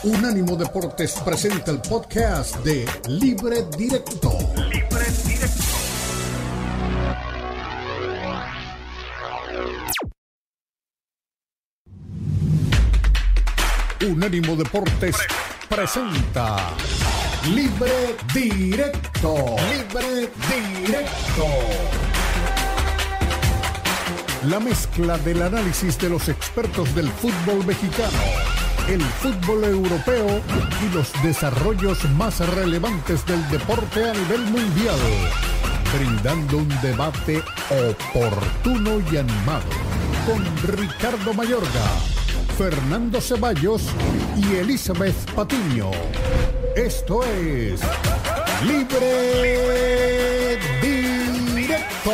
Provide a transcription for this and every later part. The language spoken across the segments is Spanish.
Unánimo Deportes presenta el podcast de Libre Directo. Libre Directo. Unánimo Deportes presenta Libre Directo. Libre Directo. La mezcla del análisis de los expertos del fútbol mexicano, el fútbol europeo y los desarrollos más relevantes del deporte a nivel mundial, brindando un debate oportuno y animado con Ricardo Mayorga, Fernando Ceballos y Elizabeth Patiño. Esto es Libre Directo.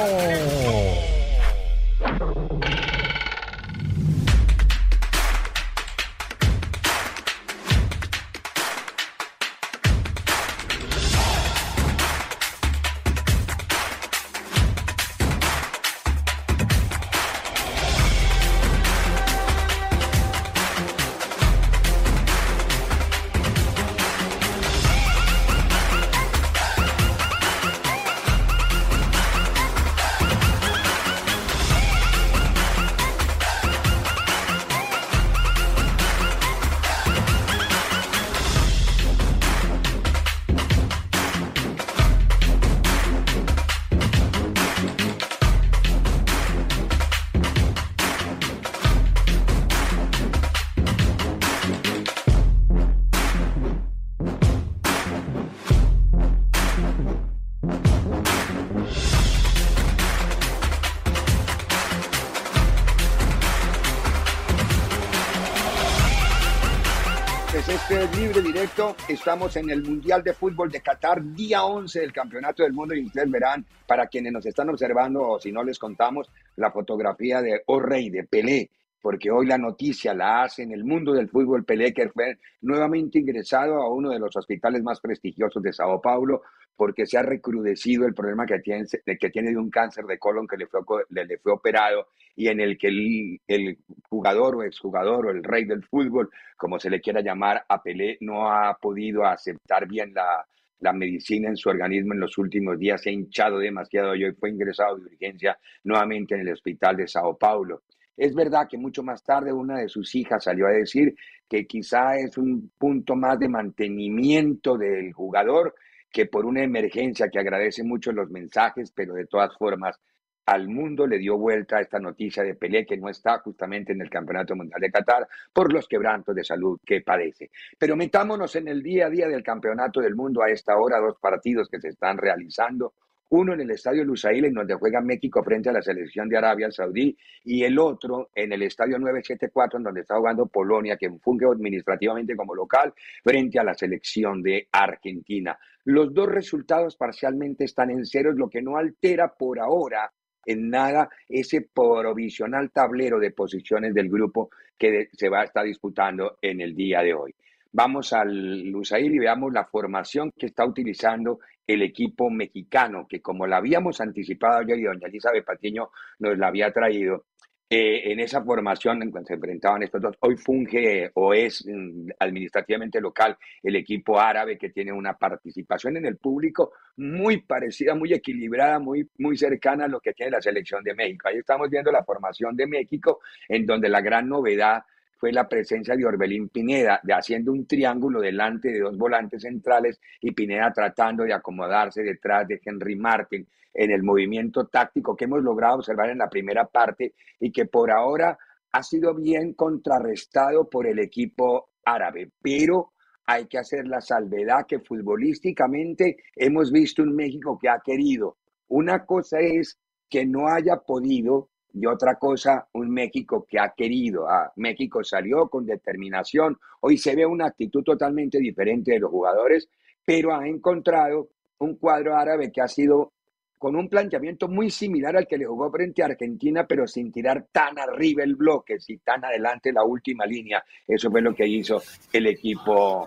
Este es Libre Directo. Estamos en el Mundial de Fútbol de Qatar, día 11 del Campeonato del Mundo, y ustedes verán, para quienes nos están observando o si no les contamos, la fotografía de Rey, de Pelé, porque hoy la noticia la hace en el mundo del fútbol Pelé, que fue nuevamente ingresado a uno de los hospitales más prestigiosos de Sao Paulo, porque se ha recrudecido el problema que tiene de un cáncer de colon que le fue operado, y en el que el jugador o exjugador o el rey del fútbol, como se le quiera llamar, a Pelé, no ha podido aceptar bien la medicina en su organismo en los últimos días. Se ha hinchado demasiado y hoy fue ingresado de urgencia nuevamente en el hospital de Sao Paulo. Es verdad que mucho más tarde una de sus hijas salió a decir que quizá es un punto más de mantenimiento del jugador que por una emergencia, que agradece mucho los mensajes, pero de todas formas al mundo le dio vuelta esta noticia de Pelé, que no está justamente en el Campeonato Mundial de Qatar por los quebrantos de salud que padece. Pero metámonos en el día a día del Campeonato del Mundo. A esta hora, dos partidos que se están realizando. Uno en el Estadio Lusail, en donde juega México frente a la selección de Arabia Saudí, y el otro en el Estadio 974, en donde está jugando Polonia, que funge administrativamente como local, frente a la selección de Argentina. Los dos resultados parcialmente están en ceros, lo que no altera por ahora en nada ese provisional tablero de posiciones del grupo que se va a estar disputando en el día de hoy. Vamos al Lusail y veamos la formación que está utilizando el equipo mexicano, que como la habíamos anticipado ayer y doña Elizabeth Patiño nos la había traído, en esa formación en cuando se enfrentaban estos dos, hoy funge o es administrativamente local el equipo árabe, que tiene una participación en el público muy parecida, muy equilibrada, muy cercana a lo que tiene la selección de México. Ahí estamos viendo la formación de México, en donde la gran novedad fue la presencia de Orbelín Pineda, haciendo un triángulo delante de dos volantes centrales, y Pineda tratando de acomodarse detrás de Henry Martin en el movimiento táctico que hemos logrado observar en la primera parte y que por ahora ha sido bien contrarrestado por el equipo árabe. Pero hay que hacer la salvedad que futbolísticamente hemos visto un México que ha querido. Una cosa es que no haya podido, y otra cosa, un México que ha querido. México salió con determinación. Hoy se ve una actitud totalmente diferente de los jugadores, pero ha encontrado un cuadro árabe que ha sido con un planteamiento muy similar al que le jugó frente a Argentina, pero sin tirar tan arriba el bloque, sin tan adelante la última línea. Eso fue lo que hizo el equipo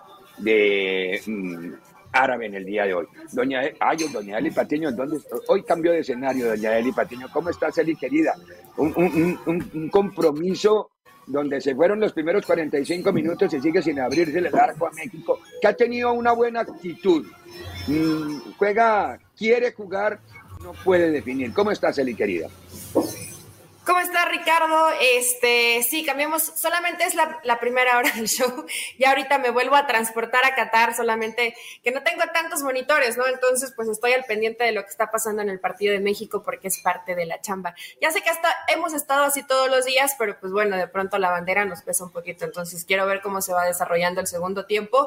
de árabe en el día de hoy. Doña Eli Patiño, hoy cambió de escenario, doña Eli Patiño. ¿Cómo estás, Eli, querida? Un compromiso donde se fueron los primeros 45 minutos y sigue sin abrirse el arco a México, que ha tenido una buena actitud. Quiere jugar, no puede definir. ¿Cómo estás, Eli, querida? ¿Cómo estás, Ricardo? Sí, cambiamos, solamente es la primera hora del show, ya ahorita me vuelvo a transportar a Qatar, solamente que no tengo tantos monitores, ¿no? Entonces, pues estoy al pendiente de lo que está pasando en el partido de México porque es parte de la chamba. Ya sé que hemos estado así todos los días, pero pues bueno, de pronto la bandera nos pesa un poquito, entonces quiero ver cómo se va desarrollando el segundo tiempo.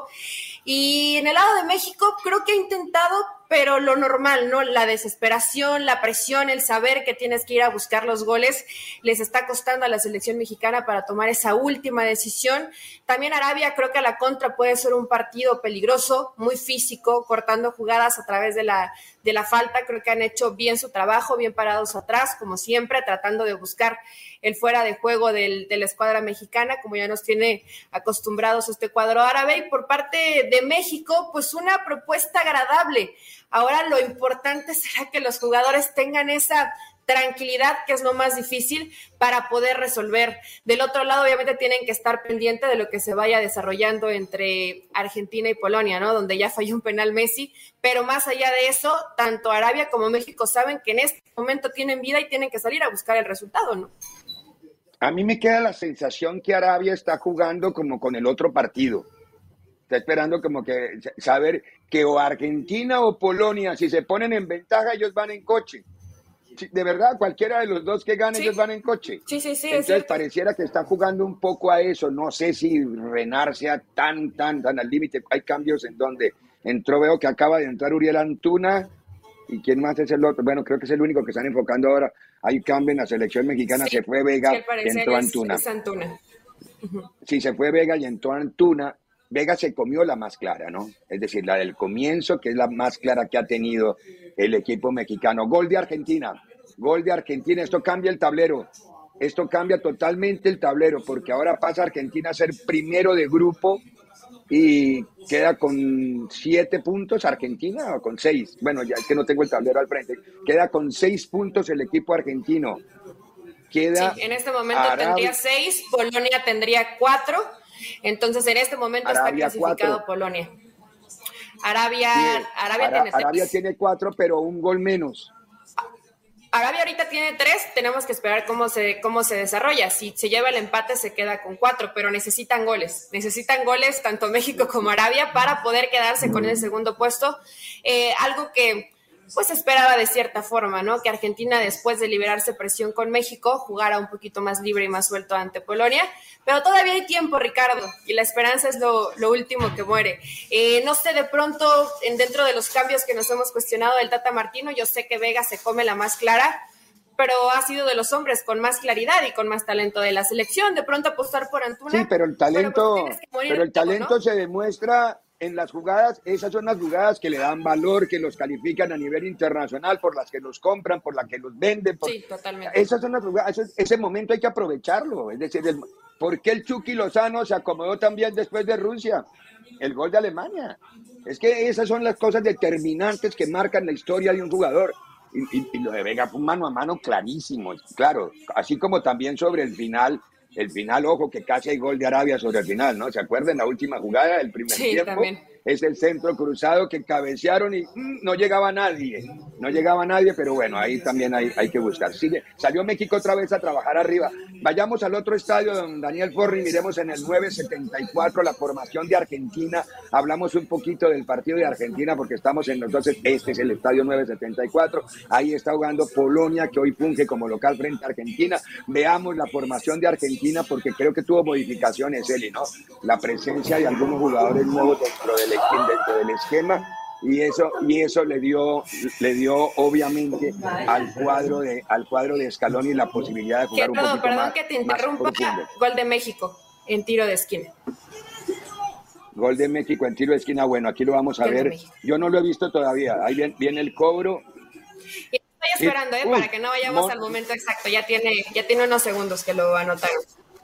Y en el lado de México, creo que ha intentado, pero lo normal, ¿no? La desesperación, la presión, el saber que tienes que ir a buscar los goles, les está costando a la selección mexicana para tomar esa última decisión. También Arabia, creo que a la contra puede ser un partido peligroso, muy físico, cortando jugadas a través de la falta. Creo que han hecho bien su trabajo, bien parados atrás, como siempre, tratando de buscar el fuera de juego de la escuadra mexicana, como ya nos tiene acostumbrados este cuadro árabe. Y por parte de México, pues una propuesta agradable. Ahora lo importante será que los jugadores tengan esa tranquilidad, que es lo más difícil, para poder resolver. Del otro lado, obviamente, tienen que estar pendientes de lo que se vaya desarrollando entre Argentina y Polonia, ¿no? Donde ya falló un penal Messi, pero más allá de eso, tanto Arabia como México saben que en este momento tienen vida y tienen que salir a buscar el resultado, ¿no? A mí me queda la sensación que Arabia está jugando como con el otro partido. Está esperando como que saber que o Argentina o Polonia, si se ponen en ventaja, ellos van en coche. De verdad, cualquiera de los dos que gane, sí, ellos van en coche. Sí. Entonces pareciera que están jugando un poco a eso. No sé si Renard sea tan al límite. Hay cambios en donde entró, veo que acaba de entrar Uriel Antuna. ¿Y quién más es el otro? Bueno, creo que es el único que están enfocando ahora. Hay cambio en la selección mexicana. Sí, se fue Vega y entró Antuna. Es Antuna. Sí, se fue Vega y entró Antuna. Vega se comió la más clara, ¿no? Es decir, la del comienzo, que es la más clara que ha tenido el equipo mexicano. Gol de Argentina. Esto cambia el tablero. Esto cambia totalmente el tablero, porque ahora pasa Argentina a ser primero de grupo y queda con 7 puntos Argentina, o con 6. Bueno, ya es que no tengo el tablero al frente. Queda con 6 puntos el equipo argentino. Queda sí, en este momento tendría 6, Polonia tendría 4. Entonces, en este momento Arabia está clasificado 4. Polonia. Arabia tiene 4, pero un gol menos. Arabia ahorita tiene 3, tenemos que esperar cómo se desarrolla. Si se lleva el empate, se queda con 4, pero necesitan goles tanto México como Arabia para poder quedarse con el segundo puesto. Algo que pues esperaba de cierta forma, ¿no? Que Argentina, después de liberarse presión con México, jugara un poquito más libre y más suelto ante Polonia, pero todavía hay tiempo, Ricardo, y la esperanza es lo último que muere. No sé, de pronto, dentro de los cambios que nos hemos cuestionado del Tata Martino, yo sé que Vega se come la más clara, pero ha sido de los hombres con más claridad y con más talento de la selección. De pronto apostar por Antuna. Sí, pero el talento, ¿no? Se demuestra en las jugadas. Esas son las jugadas que le dan valor, que los califican a nivel internacional, por las que los compran, por las que los venden. Sí, totalmente. Esas son las jugadas, ese momento hay que aprovecharlo. Es decir, ¿por qué el Chucky Lozano se acomodó también después de Rusia? El gol de Alemania. Es que esas son las cosas determinantes que marcan la historia de un jugador. Y lo de Vega fue un mano a mano clarísimo, claro, así como también sobre el final, ojo, que casi hay gol de Arabia sobre el final, ¿no? ¿Se acuerdan la última jugada del primer tiempo? También. Es el centro cruzado que cabecearon y no llegaba nadie, pero bueno, ahí también hay que buscar. Salió México otra vez a trabajar arriba. Vayamos al otro estadio, don Daniel Forri, miremos en el 974 la formación de Argentina. Hablamos un poquito del partido de Argentina porque estamos en los 12, este es el estadio 974, ahí está jugando Polonia, que hoy funge como local frente a Argentina. Veamos la formación de Argentina porque creo que tuvo modificaciones, Eli, ¿no? La presencia de algunos jugadores nuevos dentro del esquema, y eso le dio obviamente al cuadro de Scaloni la posibilidad de jugar un poquito más. Perdón que te interrumpa. Gol de México en tiro de esquina. Gol de México en tiro de esquina. Bueno, aquí lo vamos a ver. Yo no lo he visto todavía. Ahí viene el cobro. Y estoy esperando, para que no vayamos al momento exacto. Ya tiene unos segundos que lo anotaron.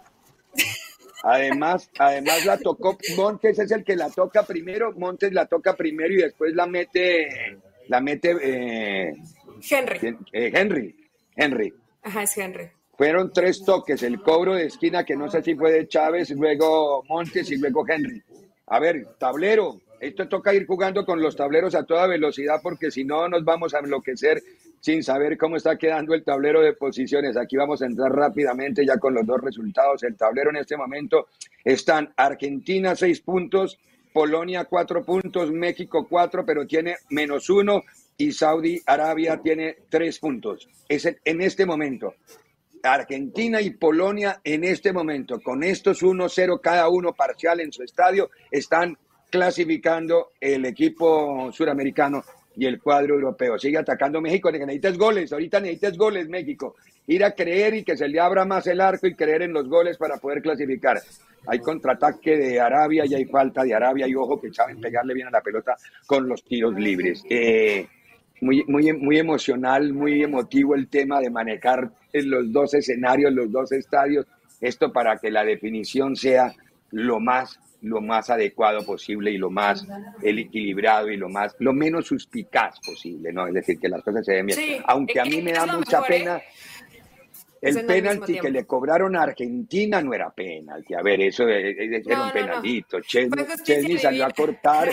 Además la tocó Montes, es el que la toca primero. Montes la toca primero y después la mete Henry. Henry. Ajá, es Henry. Fueron 3 toques, el cobro de esquina que no sé si fue de Chávez, luego Montes y luego Henry. A ver, tablero, esto toca ir jugando con los tableros a toda velocidad porque si no nos vamos a enloquecer sin saber cómo está quedando el tablero de posiciones. Aquí vamos a entrar rápidamente ya con los 2 resultados. El tablero en este momento están Argentina 6 puntos, Polonia 4 puntos, México 4, pero tiene -1 y Saudi Arabia tiene 3 puntos. Es en este momento. Argentina y Polonia en este momento, con estos 1-0 cada uno parcial en su estadio, están clasificando el equipo suramericano y el cuadro europeo. Sigue atacando México, necesitas goles, ahorita necesitas goles México. Ir a creer y que se le abra más el arco y creer en los goles para poder clasificar. Hay contraataque de Arabia y hay falta de Arabia y ojo que saben pegarle bien a la pelota con los tiros libres. Muy emocional, muy emotivo el tema de manejar en los 2 escenarios, los 2 estadios, esto para que la definición sea lo más adecuado posible y lo más equilibrado y lo menos suspicaz posible, ¿no? Es decir, que las cosas se den bien. Sí, aunque a mí me da mucha pena. El penalti que le cobraron a Argentina no era penalti. A ver, eso era un penalito. Chesney salió a cortar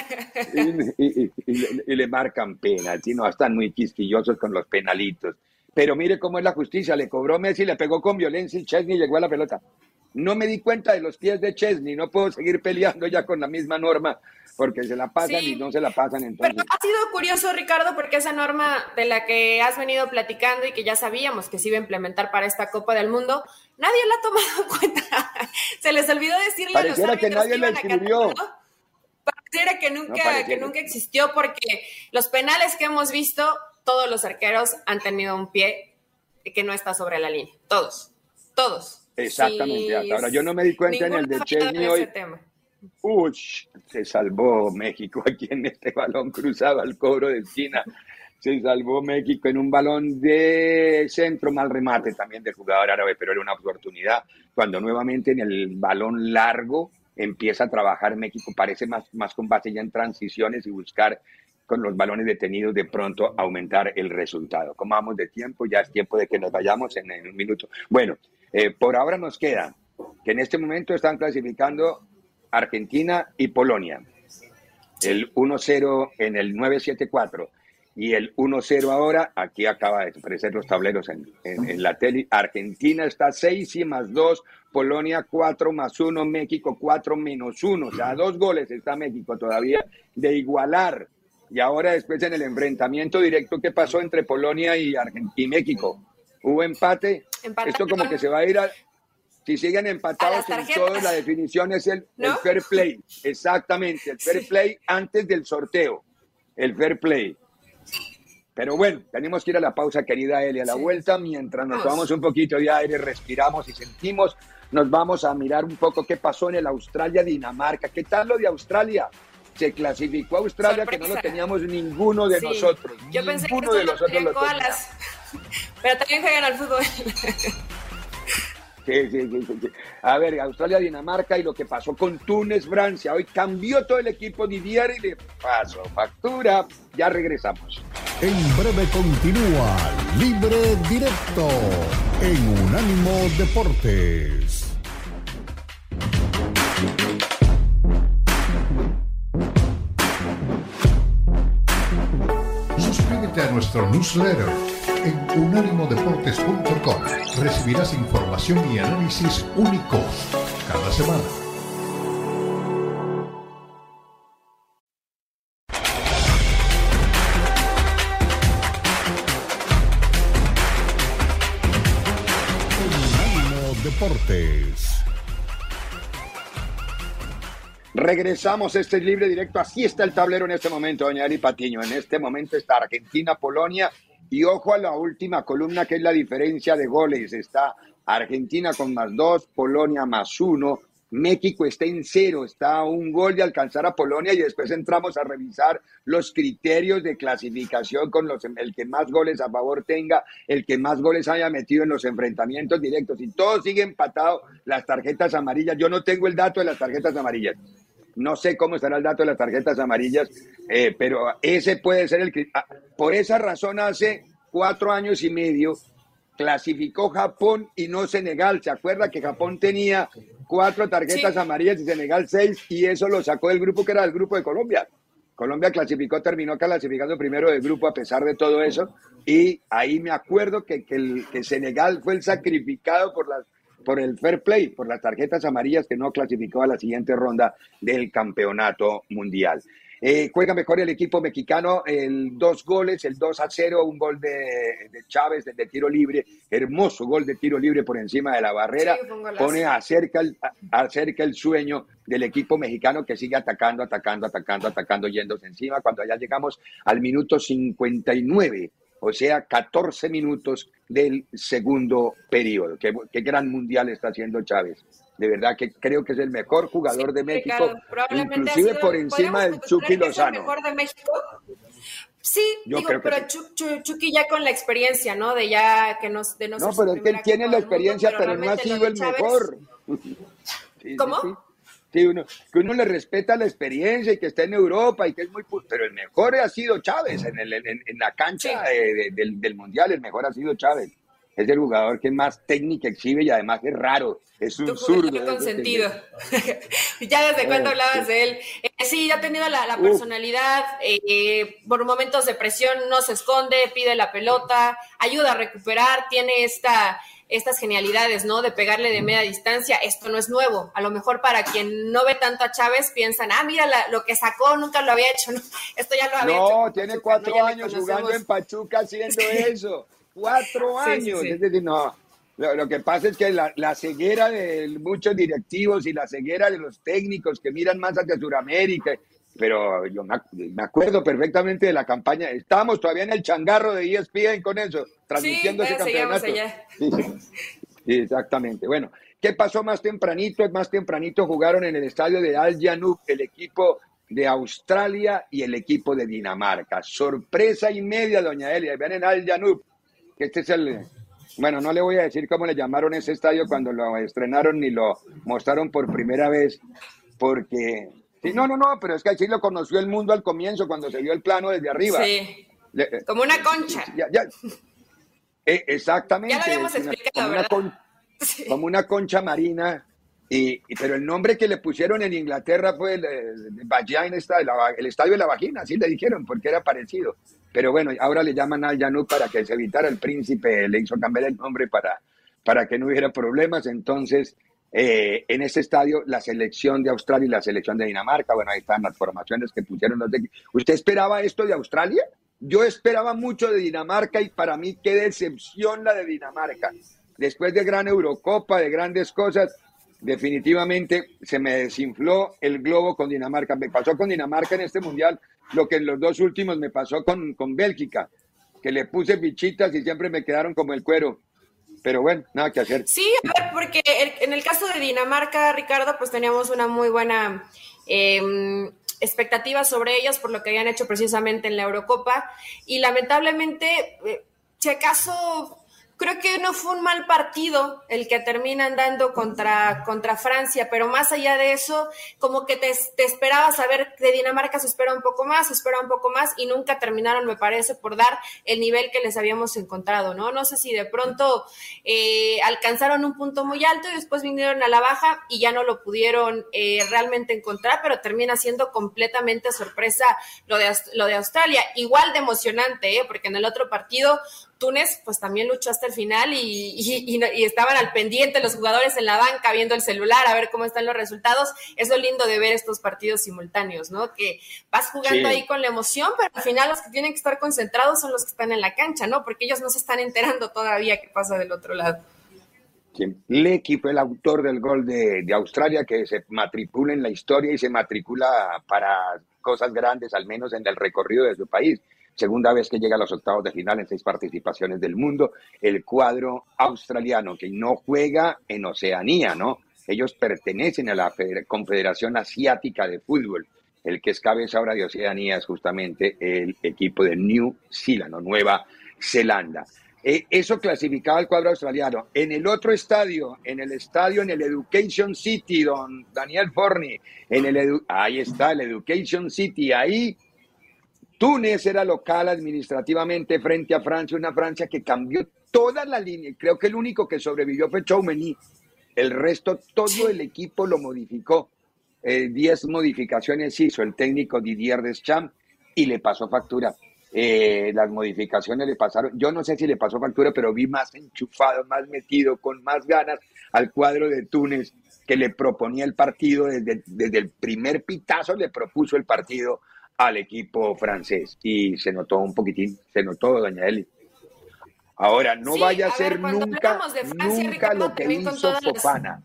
y le marcan penalti. No, están muy quisquillosos con los penalitos. Pero mire cómo es la justicia. Le cobró Messi, le pegó con violencia y Chesney llegó a la pelota. No me di cuenta de los pies de Chesney. No puedo seguir peleando ya con la misma norma porque se la pasan y no se la pasan entonces. Pero ha sido curioso, Ricardo, porque esa norma de la que has venido platicando y que ya sabíamos que se iba a implementar para esta Copa del Mundo, nadie la ha tomado en cuenta. Se les olvidó decirle Pareciera a los árbitros que nadie la escribió. Pareciera que nunca existió porque los penales que hemos visto, todos los arqueros han tenido un pie que no está sobre la línea. Todos. Exactamente. Sí, hasta ahora yo no me di cuenta en el de Chesney hoy. Uy, se salvó México aquí en este balón cruzado al cobro de esquina. Se salvó México en un balón de centro, mal remate también del jugador árabe, pero era una oportunidad. Cuando nuevamente en el balón largo empieza a trabajar México, parece más con base ya en transiciones y buscar con los balones detenidos de pronto aumentar el resultado. Como vamos de tiempo, ya es tiempo de que nos vayamos en un minuto. Bueno, por ahora nos queda que en este momento están clasificando Argentina y Polonia. El 1-0 en el 974 y el 1-0 ahora. Aquí acaba de aparecer los tableros en la tele. Argentina está 6 y +2, Polonia 4 +1, México 4 -1. O sea, 2 goles está México todavía de igualar. Y ahora después en el enfrentamiento directo que pasó entre Polonia y México, hubo empate. Esto como que se va a ir a... Si siguen empatados en todos, la definición es el fair play. Exactamente, el fair play antes del sorteo. El fair play. Pero bueno, tenemos que ir a la pausa, querida Eli. A la vuelta, mientras nos tomamos un poquito de aire, respiramos y sentimos, nos vamos a mirar un poco qué pasó en el Australia-Dinamarca. ¿Qué tal lo de Australia? Se clasificó a Australia, sorpresa, que no lo teníamos ninguno de nosotros. Yo pensé que de nosotros lo koalas, pero también juegan al fútbol. Sí. A ver, Australia-Dinamarca y lo que pasó con Túnez-Francia. Hoy cambió todo el equipo Didier y le pasó factura. Ya regresamos. En breve continúa Libre Directo en Unánimo Deportes. Suscríbete a nuestro newsletter en unánimodeportes.com. Recibirás información y análisis únicos cada semana. Unánimo Deportes. Regresamos, este es Libre Directo. Así está el tablero en este momento, doña Eli Patiño. En este momento está Argentina, Polonia. Y ojo a la última columna, que es la diferencia de goles. Está Argentina con +2, Polonia +1. México está en 0, está a un gol de alcanzar a Polonia. Y después entramos a revisar los criterios de clasificación con el que más goles a favor tenga, el que más goles haya metido en los enfrentamientos directos. Y todo sigue empatado, las tarjetas amarillas. Yo no tengo el dato de las tarjetas amarillas. No sé cómo estará el dato de las tarjetas amarillas, pero ese puede ser el que... Por esa razón, hace 4 años y medio, clasificó Japón y no Senegal. ¿Se acuerda que Japón tenía 4 tarjetas amarillas y Senegal 6? Y eso lo sacó del grupo que era el grupo de Colombia. Colombia clasificó, terminó clasificando primero del grupo a pesar de todo eso. Y ahí me acuerdo que Senegal fue el sacrificado por el fair play, por las tarjetas amarillas, que no clasificó a la siguiente ronda del campeonato mundial. Juega mejor el equipo mexicano, 2 goles, el 2-0, un gol de Chávez de tiro libre, hermoso gol de tiro libre por encima de la barrera, sí, acerca el sueño del equipo mexicano, que sigue atacando, yéndose encima, cuando allá llegamos al minuto 59, o sea, 14 minutos del segundo periodo. Qué gran mundial está haciendo Chávez. De verdad que creo que es el mejor jugador de México, inclusive por encima del Chucky Lozano. ¿Es el mejor de México? Sí, pero Chucky ya con la experiencia, ¿no? De ya que no pero es que él tiene la experiencia, pero no ha sido el mejor. ¿Cómo? Sí, que uno le respeta la experiencia y que está en Europa y que es muy... Pero el mejor ha sido Chávez en la cancha del Mundial, el mejor ha sido Chávez. Es el jugador que más técnica exhibe y además es raro. Es un zurdo. Consentido. Ya desde cuando hablabas de él. Sí, ha tenido la personalidad. Por momentos de presión no se esconde, pide la pelota, ayuda a recuperar, tiene estas genialidades, ¿no? De pegarle de media distancia. Esto no es nuevo. A lo mejor para quien no ve tanto a Chávez piensan, mira lo que sacó, nunca lo había hecho. No, esto ya lo había hecho. No, tiene 4 años jugando en Pachuca haciendo eso. 4 años. Sí. Es decir, no. Lo que pasa es que la ceguera de muchos directivos y la ceguera de los técnicos que miran más hacia Sudamérica, pero yo me acuerdo perfectamente de la campaña. Estábamos todavía en el changarro de ESPN con eso, transmitiendo ese campeonato. Sí, exactamente. Bueno, ¿qué pasó más tempranito? Más tempranito jugaron en el estadio de Al Janoub el equipo de Australia y el equipo de Dinamarca. Sorpresa y media, doña Elia. Vean en Al Janoub, que este es el... Bueno, no le voy a decir cómo le llamaron ese estadio cuando lo estrenaron ni lo mostraron por primera vez, porque... Sí, no, pero es que así lo conoció el mundo al comienzo, cuando se vio el plano desde arriba. Sí, como una concha. Exactamente. Ya lo habíamos explicado, ¿verdad? Como una concha marina, pero el nombre que le pusieron en Inglaterra fue el estadio de la vagina, así le dijeron, porque era parecido. Pero bueno, ahora le llaman Al Janoub para que se evitara. El príncipe le hizo cambiar el nombre para que no hubiera problemas. Entonces, en ese estadio, la selección de Australia y la selección de Dinamarca, bueno, ahí están las formaciones que pusieron los de... ¿Usted esperaba esto de Australia? Yo esperaba mucho de Dinamarca y para mí qué decepción la de Dinamarca. Después de gran Eurocopa, de grandes cosas, definitivamente se me desinfló el globo con Dinamarca. Me pasó con Dinamarca en este mundial lo que en los 2 últimos me pasó con Bélgica, que le puse fichitas y siempre me quedaron como el cuero. Pero bueno, nada que hacer. Sí, a ver, porque en el caso de Dinamarca, Ricardo, pues teníamos una muy buena expectativa sobre ellos por lo que habían hecho precisamente en la Eurocopa. Y lamentablemente, si acaso... Creo que no fue un mal partido el que terminan dando contra Francia, pero más allá de eso, como que te esperabas a ver de Dinamarca se espera un poco más y nunca terminaron, me parece, por dar el nivel que les habíamos encontrado, ¿no? No sé si de pronto alcanzaron un punto muy alto y después vinieron a la baja y ya no lo pudieron realmente encontrar, pero termina siendo completamente sorpresa lo de Australia. Igual de emocionante, porque en el otro partido Túnez pues también luchó hasta el final y estaban al pendiente los jugadores en la banca viendo el celular a ver cómo están los resultados. Es lo lindo de ver estos partidos simultáneos, ¿no? Que vas jugando ahí con la emoción, pero al final los que tienen que estar concentrados son los que están en la cancha, ¿no? Porque ellos no se están enterando todavía qué pasa del otro lado. Lecky fue el autor del gol de Australia, que se matricula en la historia y se matricula para cosas grandes, al menos en el recorrido de su país. Segunda vez que llega a los octavos de final en 6 participaciones del mundo, el cuadro australiano, que no juega en Oceanía, ¿no? Ellos pertenecen a la Confederación Asiática de Fútbol. El que es cabeza ahora de Oceanía es justamente el equipo de New Zealand, o Nueva Zelanda. Eso clasificaba al cuadro australiano. En el otro estadio, en el Education City, don Daniel Forni, ahí está el Education City, ahí Túnez era local administrativamente frente a Francia, una Francia que cambió toda la línea, creo que el único que sobrevivió fue Tchouaméni. El resto, todo el equipo lo modificó. 10 modificaciones hizo el técnico Didier Deschamps y le pasó factura. Las modificaciones le pasaron, yo no sé si le pasó factura, pero vi más enchufado, más metido, con más ganas al cuadro de Túnez, que le proponía el partido desde el primer pitazo, le propuso el partido al equipo francés y se notó un poquitín, se notó, doña Eli. Ahora, no vaya a ser nunca lo que hizo Fofana.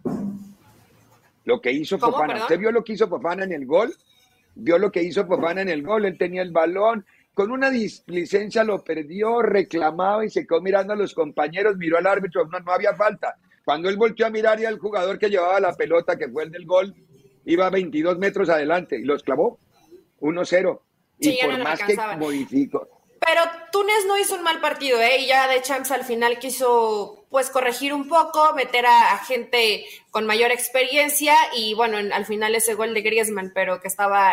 Lo que hizo Fofana. Perdón? ¿Usted vio lo que hizo Fofana en el gol? ¿Vio lo que hizo Fofana en el gol? Él tenía el balón, con una displicencia lo perdió, reclamaba y se quedó mirando a los compañeros, miró al árbitro, no había falta. Cuando él volteó a mirar y al jugador que llevaba la pelota, que fue el del gol, iba 22 metros adelante y los clavó 1-0. Sí, y por más que modificó. Pero Túnez no hizo un mal partido, y ya Deschamps al final quiso pues corregir un poco, meter a gente con mayor experiencia y bueno, al final ese gol de Griezmann, pero que estaba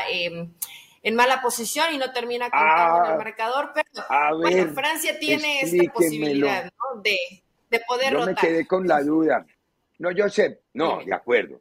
en mala posición y no termina contando en el marcador, pero bueno, Francia tiene esta posibilidad, ¿no? de poder rotar. Yo me quedé con la duda. No, yo sé, de acuerdo,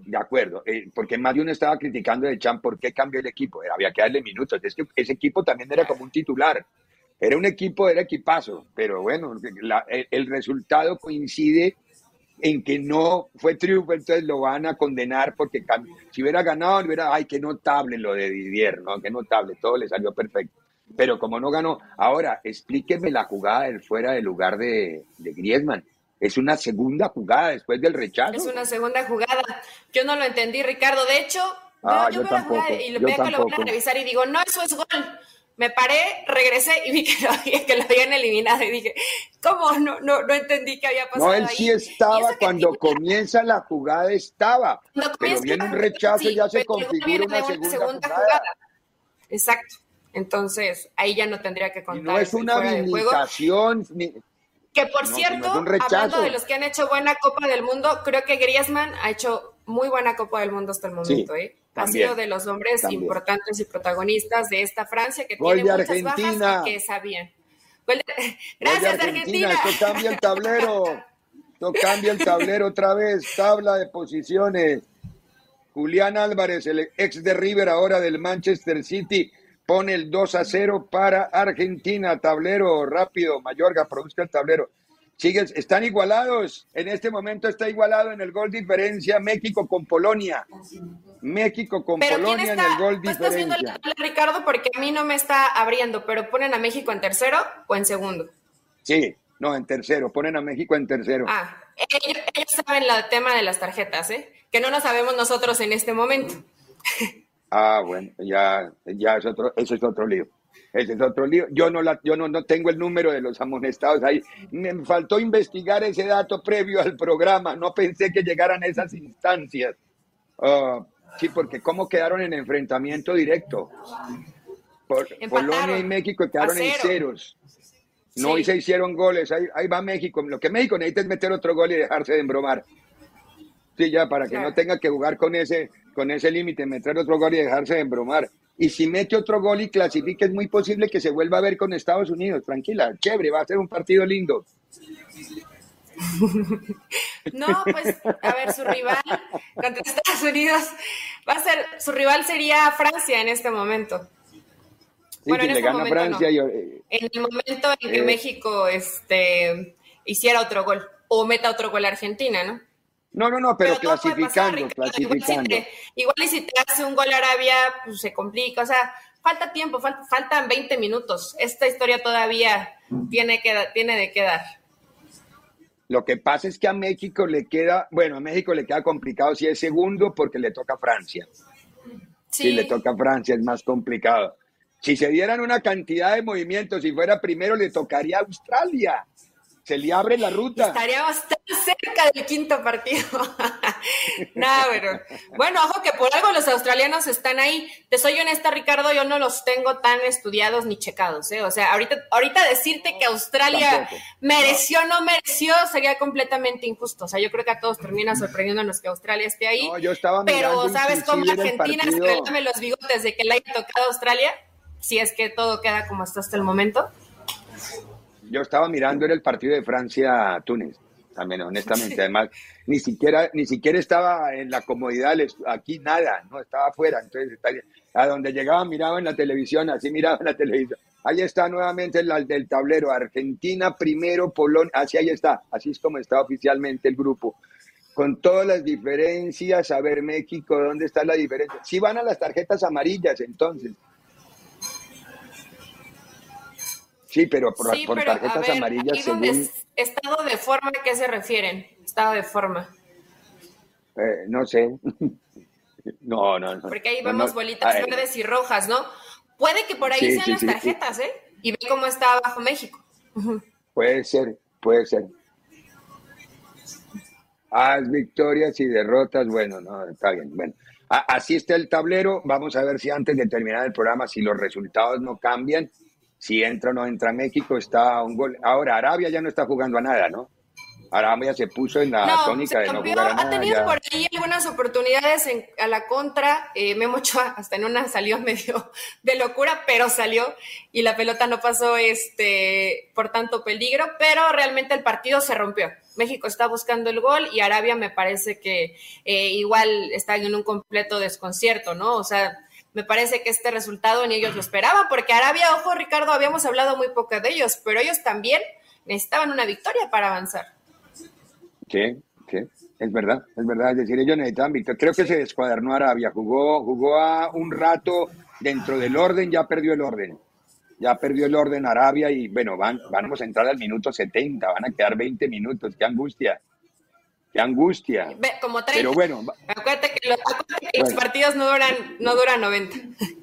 porque más de uno estaba criticando a Deschamps por qué cambió el equipo, había que darle minutos, es que ese equipo también era como un titular, era equipazo, pero bueno, el resultado coincide en que no fue triunfo, entonces lo van a condenar porque si hubiera ganado, qué notable lo de Didier, ¿no? Qué notable, todo le salió perfecto. Pero como no ganó, ahora explíqueme la jugada del fuera de lugar de Griezmann. Es una segunda jugada después del rechazo. Es una segunda jugada. Yo no lo entendí, Ricardo. De hecho, yo veo la jugada y lo veo que lo van a revisar y digo, no, eso es gol. Me paré, regresé y vi que lo habían eliminado y dije, ¿cómo? No entendí qué había pasado. No, él sí estaba, cuando comienza la jugada estaba, pero viene un rechazo y ya se configura una segunda jugada. Exacto. Entonces, ahí ya no tendría que contar. Y no es una habilitación. Que por cierto, hablando de los que han hecho buena Copa del Mundo, creo que Griezmann ha hecho muy buena Copa del Mundo hasta el momento. Sí, ha sido de los hombres importantes y protagonistas de esta Francia que tiene muchas Argentina. Bajas y que sabían. Gracias, Argentina. Esto cambia el tablero. Esto cambia el tablero otra vez. Tabla de posiciones. Julián Álvarez, el ex de River, ahora del Manchester City, pone el 2-0 para Argentina. Tablero rápido. Mayorga, produzca el tablero. Están igualados. En este momento está igualado en el gol diferencia México con Polonia. México con Polonia en el gol diferencia. ¿Estás viendo la tabla, Ricardo? Porque a mí no me está abriendo, pero ¿ponen a México en tercero o en segundo? Sí, no, en tercero. Ponen a México en tercero. Ellos saben el tema de las tarjetas, que no lo sabemos nosotros en este momento. Bueno, ya ese es otro lío. Ese es otro lío. Yo no tengo el número de los amonestados ahí. Me faltó investigar ese dato previo al programa. No pensé que llegaran a esas instancias. Sí, porque ¿cómo quedaron en enfrentamiento directo? Polonia y México quedaron en ceros. No, y se hicieron goles. Ahí va México. Lo que México necesita es meter otro gol y dejarse de embromar. Sí, ya, para que no tenga que jugar con ese límite, meter otro gol y dejarse de embromar. Y si mete otro gol y clasifica, es muy posible que se vuelva a ver con Estados Unidos. Tranquila, chévere, va a ser un partido lindo. No, pues, a ver, su rival contra Estados Unidos su rival sería Francia en este momento. Sí, bueno, en este momento Francia, no. En el momento en que México hiciera otro gol o meta otro gol a Argentina, ¿no? No, pero clasificando. Igual y si te hace un gol Arabia, pues se complica, o sea, falta tiempo, faltan 20 minutos. Esta historia todavía tiene de qué dar. Lo que pasa es que a México le queda complicado si es segundo porque le toca a Francia. Sí. Si le toca a Francia es más complicado. Si se dieran una cantidad de movimientos, si fuera primero le tocaría a Australia. Se le abre la ruta. Estaríamos tan cerca del quinto partido. Bueno, ojo que por algo los australianos están ahí. Te soy honesta, Ricardo, yo no los tengo tan estudiados ni checados, O sea, ahorita decirte que Australia mereció o no mereció sería completamente injusto. O sea, yo creo que a todos termina sorprendiéndonos que Australia esté ahí. No, yo estaba pero ¿sabes cómo Argentina se relame los bigotes de que le haya tocado a Australia? Si es que todo queda como está hasta el momento. Yo estaba mirando en el partido de Francia-Túnez, también honestamente. Además, ni siquiera estaba en la comodidad, aquí nada, no estaba afuera. Entonces, a donde llegaba miraba en la televisión, así miraba en la televisión. Ahí está nuevamente el del tablero, Argentina primero, Polonia, ahí está, así es como está oficialmente el grupo. Con todas las diferencias, a ver México, ¿dónde está la diferencia? Sí van a las tarjetas amarillas entonces. Sí, pero por tarjetas ver, amarillas aquí donde estado de forma, ¿a qué se refieren? Estado de forma. No sé. No. Porque ahí vemos bolitas verdes y rojas, ¿no? Puede que por ahí sean las tarjetas, ¿eh? Y ve cómo está abajo México. Puede ser. Victorias y derrotas, bueno, no, está bien. Bueno, así está el tablero. Vamos a ver si antes de terminar el programa, si los resultados no cambian, si entra o no entra México, está un gol. Ahora, Arabia ya no está jugando a nada, ¿no? Arabia se puso en la tónica de no jugar a nada. Ha tenido por ahí algunas oportunidades a la contra. Memo Ochoa hasta en una salió medio de locura, pero salió y la pelota no pasó por tanto peligro, pero realmente el partido se rompió. México está buscando el gol y Arabia me parece que igual está en un completo desconcierto, ¿no? O sea, me parece que este resultado ni ellos lo esperaban, porque Arabia, ojo Ricardo, habíamos hablado muy poco de ellos, pero ellos también necesitaban una victoria para avanzar. Sí, es verdad, es decir, ellos necesitaban victoria. Creo que se descuadernó Arabia, jugó a un rato dentro del orden, ya perdió el orden Arabia y bueno, vamos a entrar al minuto 70, van a quedar 20 minutos, qué angustia. Como 30. Pero bueno. Acuérdate que los partidos no duran 90.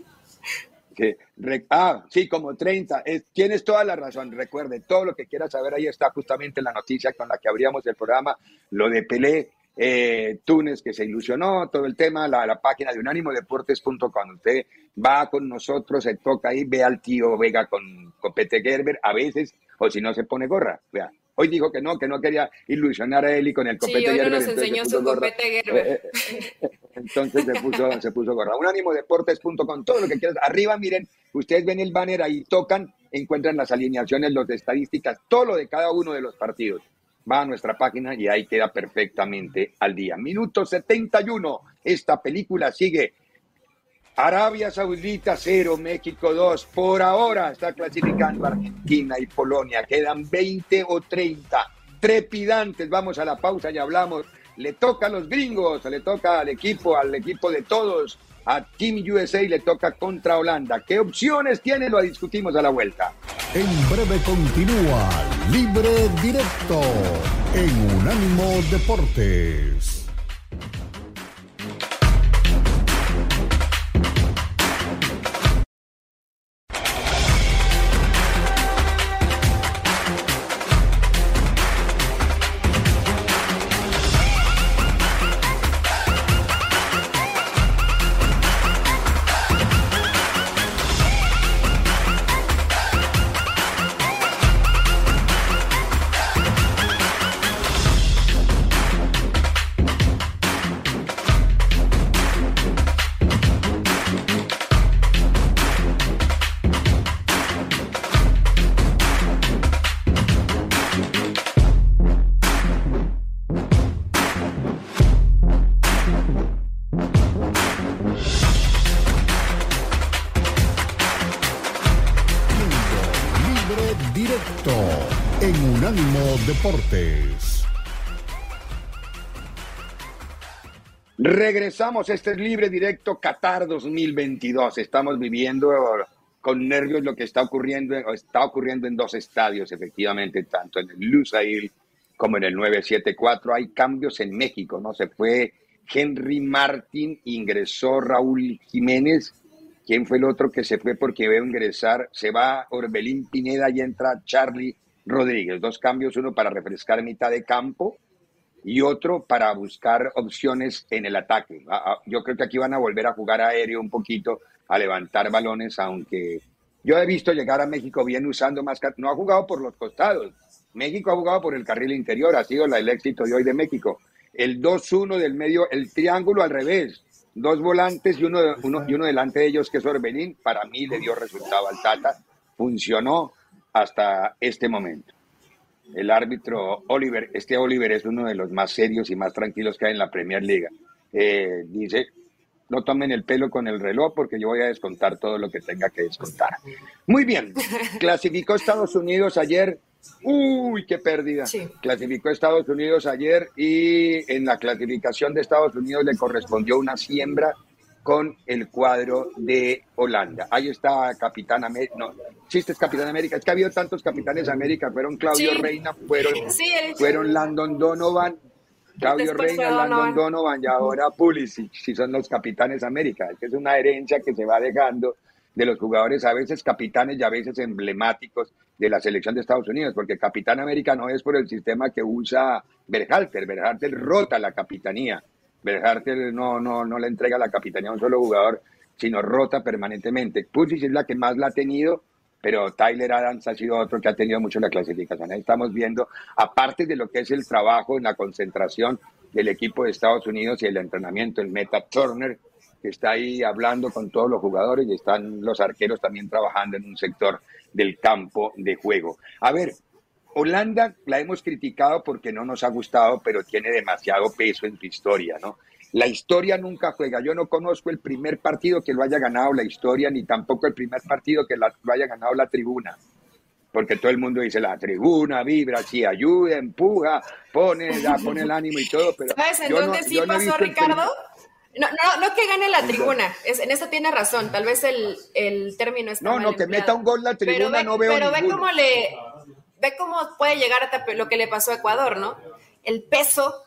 Sí, como 30. Tienes toda la razón. Recuerde, todo lo que quieras saber, ahí está justamente la noticia con la que abríamos el programa, lo de Pelé, Túnez, que se ilusionó, todo el tema, la página de unánimodeportes.com. Usted va con nosotros, se toca ahí, ve al tío Vega con Copete Gerber, a veces, o si no se pone gorra. Vea, hoy dijo que no quería ilusionar a él y con el Copete Gerber. Sí, hoy no nos enseñó su Copete Gerber. Entonces se puso gorra. Unánimodeportes.com, todo lo que quieras. Arriba, miren, ustedes ven el banner, ahí tocan, encuentran las alineaciones, las estadísticas, todo lo de cada uno de los partidos. Va a nuestra página y ahí queda perfectamente al día. Minuto 71, esta película sigue. Arabia Saudita 0, México 2. Por ahora está clasificando Argentina y Polonia. Quedan 20 o 30. Trepidantes. Vamos a la pausa y hablamos. Le toca a los gringos, le toca al equipo de todos, a Team USA le toca contra Holanda. ¿Qué opciones tiene? Lo discutimos a la vuelta. En breve continúa Libre Directo en Unánimo Deportes. Directo en Unánimo Deportes. Regresamos, este es Libre Directo Qatar 2022. Estamos viviendo con nervios lo que está ocurriendo en dos estadios, efectivamente, tanto en el Lusail como en el 974. Hay cambios en México, ¿no? Se fue Henry Martin, ingresó Raúl Jiménez. ¿Quién fue el otro que se fue porque iba a ingresar? Se va Orbelín Pineda y entra Charlie Rodríguez. Dos cambios, uno para refrescar mitad de campo y otro para buscar opciones en el ataque. Yo creo que aquí van a volver a jugar aéreo un poquito, a levantar balones, aunque yo he visto llegar a México bien usando más. No ha jugado por los costados. México ha jugado por el carril interior. Ha sido el éxito de hoy de México. El 2-1 del medio, el triángulo al revés. Dos volantes y uno delante de ellos, que es Orbelín. Para mí le dio resultado al Tata. Funcionó. hasta este momento. El árbitro Oliver es uno de los más serios y más tranquilos que hay en la Premier League. Dice, no tomen el pelo con el reloj porque yo voy a descontar todo lo que tenga que descontar. Muy bien, clasificó Estados Unidos ayer. ¡Uy, qué pérdida! Sí. Clasificó Estados Unidos ayer y en la clasificación de Estados Unidos le correspondió una siembra con el cuadro de Holanda. Ahí está Capitán América. No, chiste es Capitán América. Es que ha habido tantos Capitanes América. Fueron Claudio Reina, fueron Landon Donovan, Claudio Reina, Landon Donovan y ahora Pulisic. Si son los Capitanes América. Es que es una herencia que se va dejando de los jugadores, a veces capitanes y a veces emblemáticos de la selección de Estados Unidos, porque Capitán América no es por el sistema que usa Berhalter. Berhalter rota la capitanía. Berhalter no le entrega la capitanía a un solo jugador, sino rota permanentemente. Pulisic es la que más la ha tenido, pero Tyler Adams ha sido otro que ha tenido mucho la clasificación. Ahí estamos viendo, aparte de lo que es el trabajo en la concentración del equipo de Estados Unidos y el entrenamiento, el Meta Turner, que está ahí hablando con todos los jugadores, y están los arqueros también trabajando en un sector del campo de juego. A ver, Holanda la hemos criticado porque no nos ha gustado, pero tiene demasiado peso en su historia, ¿no? La historia nunca juega. Yo no conozco el primer partido que lo haya ganado la historia, ni tampoco el primer partido que lo haya ganado la tribuna. Porque todo el mundo dice, la tribuna vibra, sí, ayuda, empuja, pone el ánimo y todo. Pero ¿sabes en dónde sí pasó, Ricardo? No que gane la tribuna, en eso tiene razón, tal vez el término está mal que meta un gol la tribuna, no veo pero ninguno. Ve cómo puede llegar hasta lo que le pasó a Ecuador, ¿no? El peso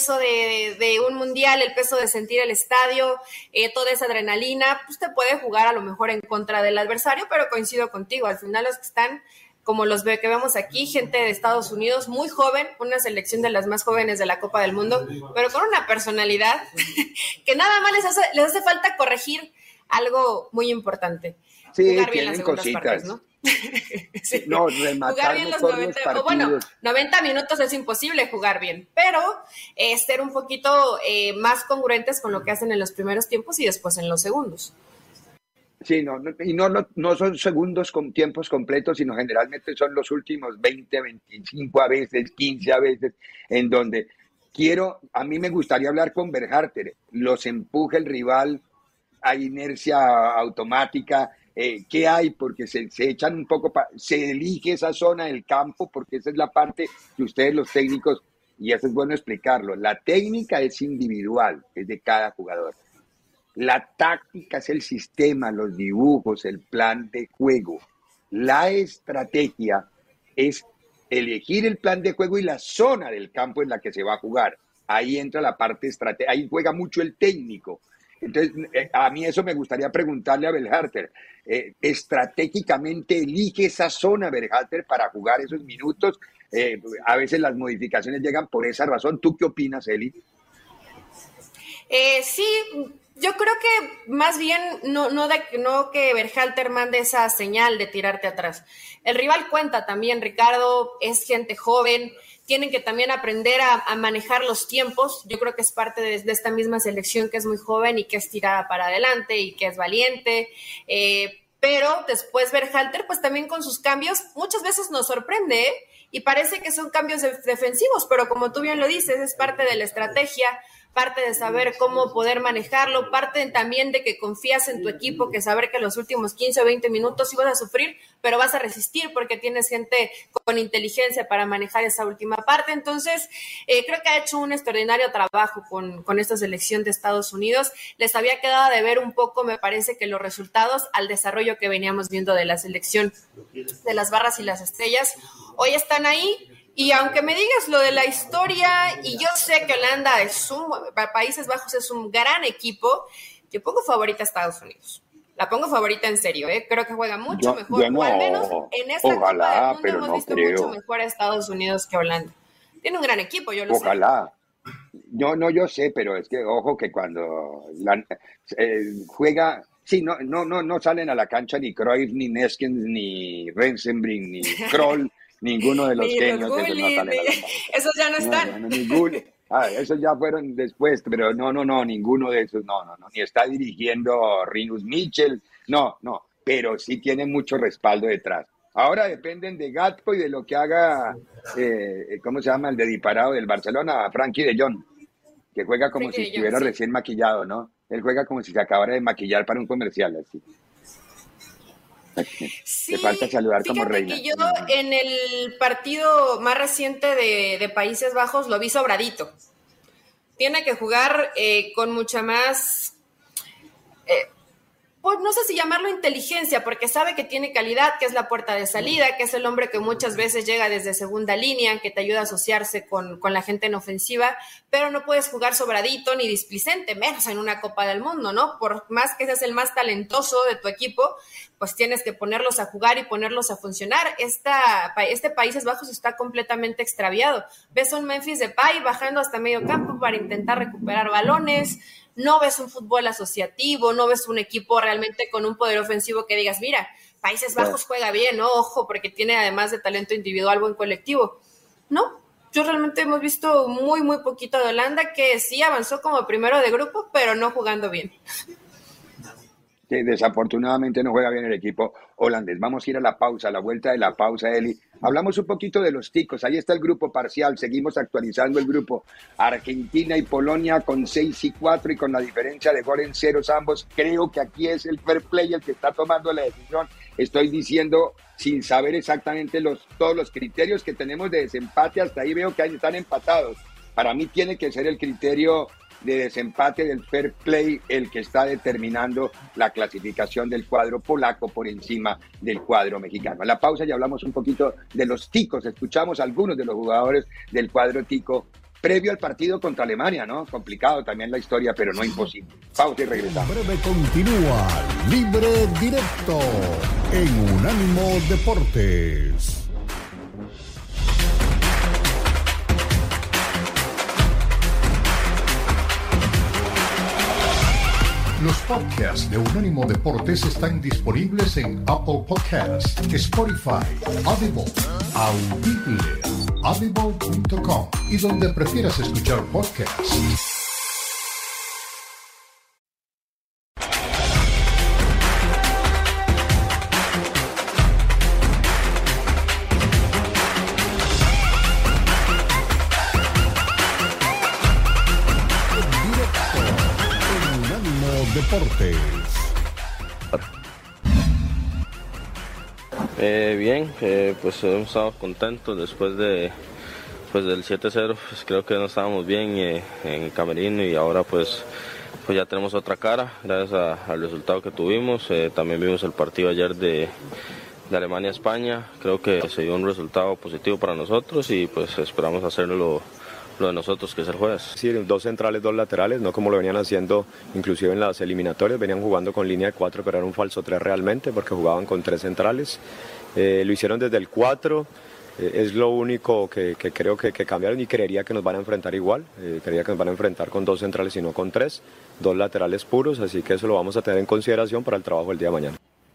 de un mundial, el peso de sentir el estadio, toda esa adrenalina, pues te puede jugar a lo mejor en contra del adversario, pero coincido contigo, al final los que están, como los que vemos aquí, gente de Estados Unidos, muy joven, una selección de las más jóvenes de la Copa del Mundo, pero con una personalidad que nada más les hace falta corregir algo muy importante. Sí, jugar bien tienen las segundas cositas. partes, ¿no? Sí. No, jugar bien los 90, o bueno, 90 minutos es imposible jugar bien, pero ser un poquito más congruentes con lo que hacen en los primeros tiempos y después en los segundos. Sí, no son segundos con tiempos completos, sino generalmente son los últimos 20, 25 a veces, 15 a veces, en donde a mí me gustaría hablar con Berhalter, los empuja el rival, hay inercia automática, ¿qué hay? Porque se echan un poco, se elige esa zona del campo, porque esa es la parte que ustedes los técnicos, y eso es bueno explicarlo, la técnica es individual, es de cada jugador. La táctica es el sistema, los dibujos, el plan de juego. La estrategia es elegir el plan de juego y la zona del campo en la que se va a jugar. Ahí entra la parte estratégica, ahí juega mucho el técnico. Entonces, a mí eso me gustaría preguntarle a Berhalter. Estratégicamente elige esa zona Berhalter para jugar esos minutos. A veces las modificaciones llegan por esa razón. ¿Tú qué opinas, Eli? Sí, yo creo que más bien no que Berhalter mande esa señal de tirarte atrás. El rival cuenta también, Ricardo, es gente joven, tienen que también aprender a manejar los tiempos. Yo creo que es parte de esta misma selección que es muy joven y que es tirada para adelante y que es valiente. Pero después Berhalter, pues también con sus cambios, muchas veces nos sorprende, y parece que son cambios defensivos, pero como tú bien lo dices, es parte de la estrategia, parte de saber cómo poder manejarlo, parte también de que confías en tu equipo, que saber que los últimos 15 o 20 minutos sí vas a sufrir, pero vas a resistir porque tienes gente con inteligencia para manejar esa última parte. Entonces, creo que ha hecho un extraordinario trabajo con esta selección de Estados Unidos. Les había quedado de ver un poco, me parece, que los resultados al desarrollo que veníamos viendo de la selección de las barras y las estrellas, hoy están ahí. Y aunque me digas lo de la historia, y yo sé que Holanda Países Bajos es un gran equipo, yo pongo favorita a Estados Unidos. La pongo favorita en serio, creo que juega mucho mejor, o al menos en esta Copa del Mundo hemos visto mucho mejor a Estados Unidos que a Holanda. Tiene un gran equipo, yo lo sé. Ojalá. Yo sé, pero es que ojo que cuando juega... Sí, no salen a la cancha ni Cruyff, ni Neskens, ni Rensenbrink, ni Kroll, ninguno de los genios. Esos ya no están. Ninguno. Esos ya fueron después, pero no, ninguno de esos, no. Ni está dirigiendo Rinus Michel, no, pero sí tiene mucho respaldo detrás. Ahora dependen de Gatco y de lo que haga, ¿cómo se llama? El de disparado del Barcelona, Frankie de Jong, que juega como si estuviera recién maquillado, ¿no? Él juega como si se acabara de maquillar para un comercial, así. Sí, te falta saludar como reina. Que yo en el partido más reciente de Países Bajos lo vi sobradito. Tiene que jugar con mucha más, pues no sé si llamarlo inteligencia, porque sabe que tiene calidad, que es la puerta de salida, que es el hombre que muchas veces llega desde segunda línea, que te ayuda a asociarse con la gente en ofensiva, pero no puedes jugar sobradito ni displicente, menos en una Copa del Mundo, ¿no? Por más que seas el más talentoso de tu equipo, pues tienes que ponerlos a jugar y ponerlos a funcionar. Este Países Bajos está completamente extraviado. Ves un Memphis Depay bajando hasta medio campo para intentar recuperar balones, no ves un fútbol asociativo, no ves un equipo realmente con un poder ofensivo que digas, mira, Países Bajos juega bien, ¿no? Ojo, porque tiene además de talento individual buen colectivo. No, yo realmente hemos visto muy, muy poquito de Holanda, que sí avanzó como primero de grupo, pero no jugando bien. Que desafortunadamente no juega bien el equipo holandés. Vamos a ir a la pausa, a la vuelta de la pausa, Eli. Hablamos un poquito de los ticos. Ahí está el grupo parcial. Seguimos actualizando el grupo. Argentina y Polonia con 6-4 y con la diferencia de gol en ceros ambos. Creo que aquí es el fair play el que está tomando la decisión. Estoy diciendo sin saber exactamente todos los criterios que tenemos de desempate. Hasta ahí veo que ahí están empatados. Para mí tiene que ser el criterio de desempate del fair play el que está determinando la clasificación del cuadro polaco por encima del cuadro mexicano. A la pausa ya hablamos un poquito de los ticos, escuchamos a algunos de los jugadores del cuadro tico previo al partido contra Alemania, ¿no? Complicado también la historia, pero no imposible. Pausa y regresamos. En breve continúa Libre Directo en Unánimo Deportes. Los podcasts de Unánimo Deportes están disponibles en Apple Podcasts, Spotify, Audible, audible.com y donde prefieras escuchar podcasts. Deportes. Bien, pues hemos estado contentos después del 7-0, pues creo que no estábamos bien en el camerino y ahora pues ya tenemos otra cara gracias al resultado que tuvimos. También vimos el partido ayer de Alemania-España, creo que se dio un resultado positivo para nosotros y pues esperamos hacerlo lo de nosotros, que es el jueves. Sí, 2 centrales, 2 laterales, no como lo venían haciendo inclusive en las eliminatorias, venían jugando con línea de 4, pero era un falso 3 realmente, porque jugaban con 3 centrales. Lo hicieron desde el 4, es lo único que creo que cambiaron y creería que nos van a enfrentar igual, creería que nos van a enfrentar con 2 centrales y no con 3, 2 laterales puros, así que eso lo vamos a tener en consideración para el trabajo del día de mañana.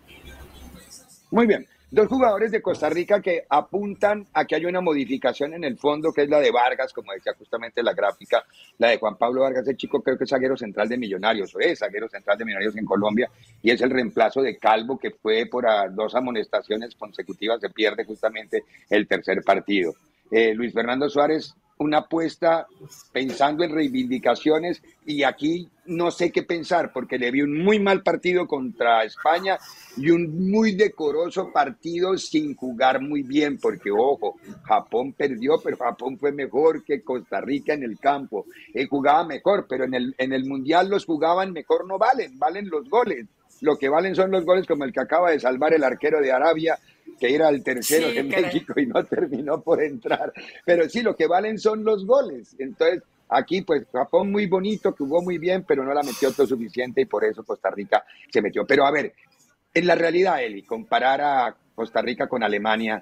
Muy bien. 2 jugadores de Costa Rica que apuntan a que hay una modificación en el fondo, que es la de Vargas, como decía justamente la gráfica, la de Juan Pablo Vargas, el chico creo que es zaguero central de Millonarios, o es zaguero central de Millonarios en Colombia, y es el reemplazo de Calvo, que fue por 2 amonestaciones consecutivas, se pierde justamente el tercer partido. Luis Fernando Suárez, una apuesta pensando en reivindicaciones, y aquí no sé qué pensar, porque le vi un muy mal partido contra España y un muy decoroso partido sin jugar muy bien, porque ojo, Japón perdió, pero Japón fue mejor que Costa Rica en el campo, jugaba mejor, pero en el Mundial los jugaban mejor, no valen los goles, lo que valen son los goles como el que acaba de salvar el arquero de Arabia, que era el tercero de México y no terminó por entrar, pero sí, lo que valen son los goles. Entonces aquí pues Japón muy bonito, que jugó muy bien, pero no la metió todo suficiente y por eso Costa Rica se metió. Pero a ver, en la realidad, Eli, comparar a Costa Rica con Alemania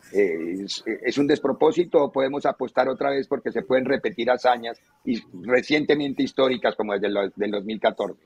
es un despropósito, o podemos apostar otra vez porque se pueden repetir hazañas y recientemente históricas como desde del 2014.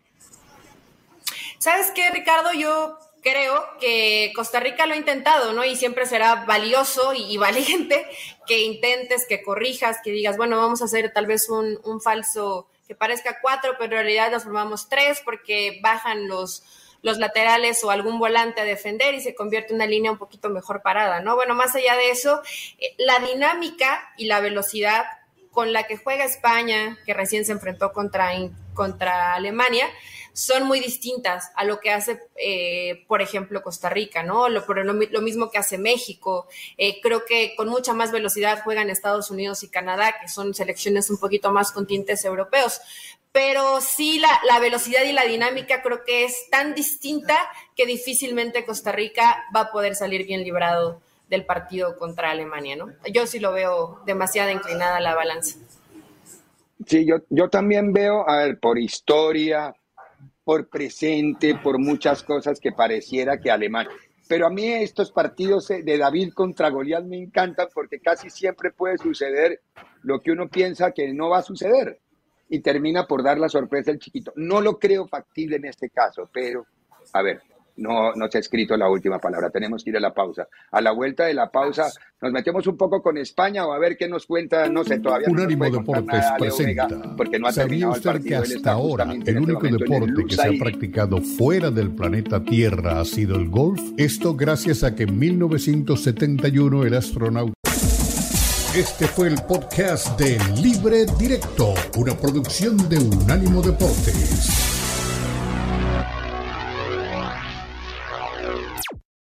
¿Sabes qué, Ricardo? Yo creo que Costa Rica lo ha intentado, ¿no? Y siempre será valioso y valiente que intentes, que corrijas, que digas, bueno, vamos a hacer tal vez un falso que parezca 4, pero en realidad nos formamos 3 porque bajan los los laterales o algún volante a defender y se convierte en una línea un poquito mejor parada, ¿no? Bueno, más allá de eso, la dinámica y la velocidad con la que juega España, que recién se enfrentó contra Alemania, son muy distintas a lo que hace, por ejemplo, Costa Rica, ¿no? Lo mismo que hace México. Creo que con mucha más velocidad juegan Estados Unidos y Canadá, que son selecciones un poquito más con tintes europeos. Pero sí, la velocidad y la dinámica creo que es tan distinta que difícilmente Costa Rica va a poder salir bien librado del partido contra Alemania, ¿no? Yo sí lo veo demasiado inclinada la balanza. Sí, yo también veo, a ver, por historia, por presente, por muchas cosas que pareciera que Alemania. Pero a mí estos partidos de David contra Goliat me encantan porque casi siempre puede suceder lo que uno piensa que no va a suceder y termina por dar la sorpresa el chiquito. No lo creo factible en este caso, pero, a ver, no se ha escrito la última palabra, tenemos que ir a la pausa. A la vuelta de la pausa nos metemos un poco con España o a ver qué nos cuenta, no sé, todavía Unánimo no nos puede Deportes nada, presenta. Vega, porque no ha ¿Sabía terminado el usted partido? que hasta ahora el único deporte que se ha practicado fuera del planeta Tierra ha sido el golf? Esto gracias a que en 1971 el astronauta... Este fue el podcast de Libre Directo, una producción de Unánimo Deportes.